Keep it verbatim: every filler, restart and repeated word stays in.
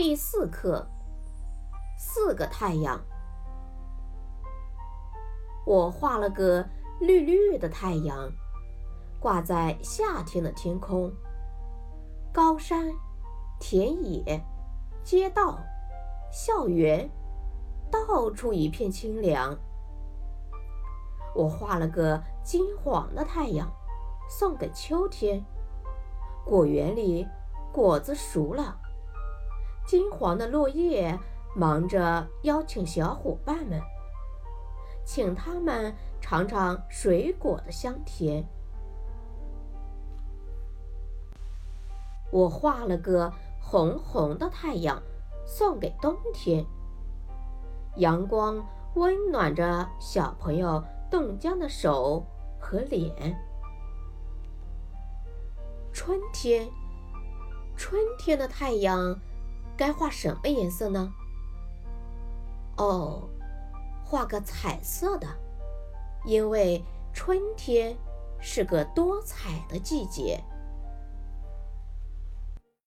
第四课，四个太阳。我画了个绿绿的太阳，挂在夏天的天空。高山、田野、街道、校园，到处一片清凉。我画了个金黄的太阳，送给秋天。果园里果子熟了，金黄的落叶忙着邀请小伙伴们，请他们尝尝水果的香甜。我画了个红红的太阳，送给冬天。阳光温暖着小朋友冻僵的手和脸。春天，春天的太阳该画什么颜色呢？哦，画个彩色的，因为春天是个多彩的季节。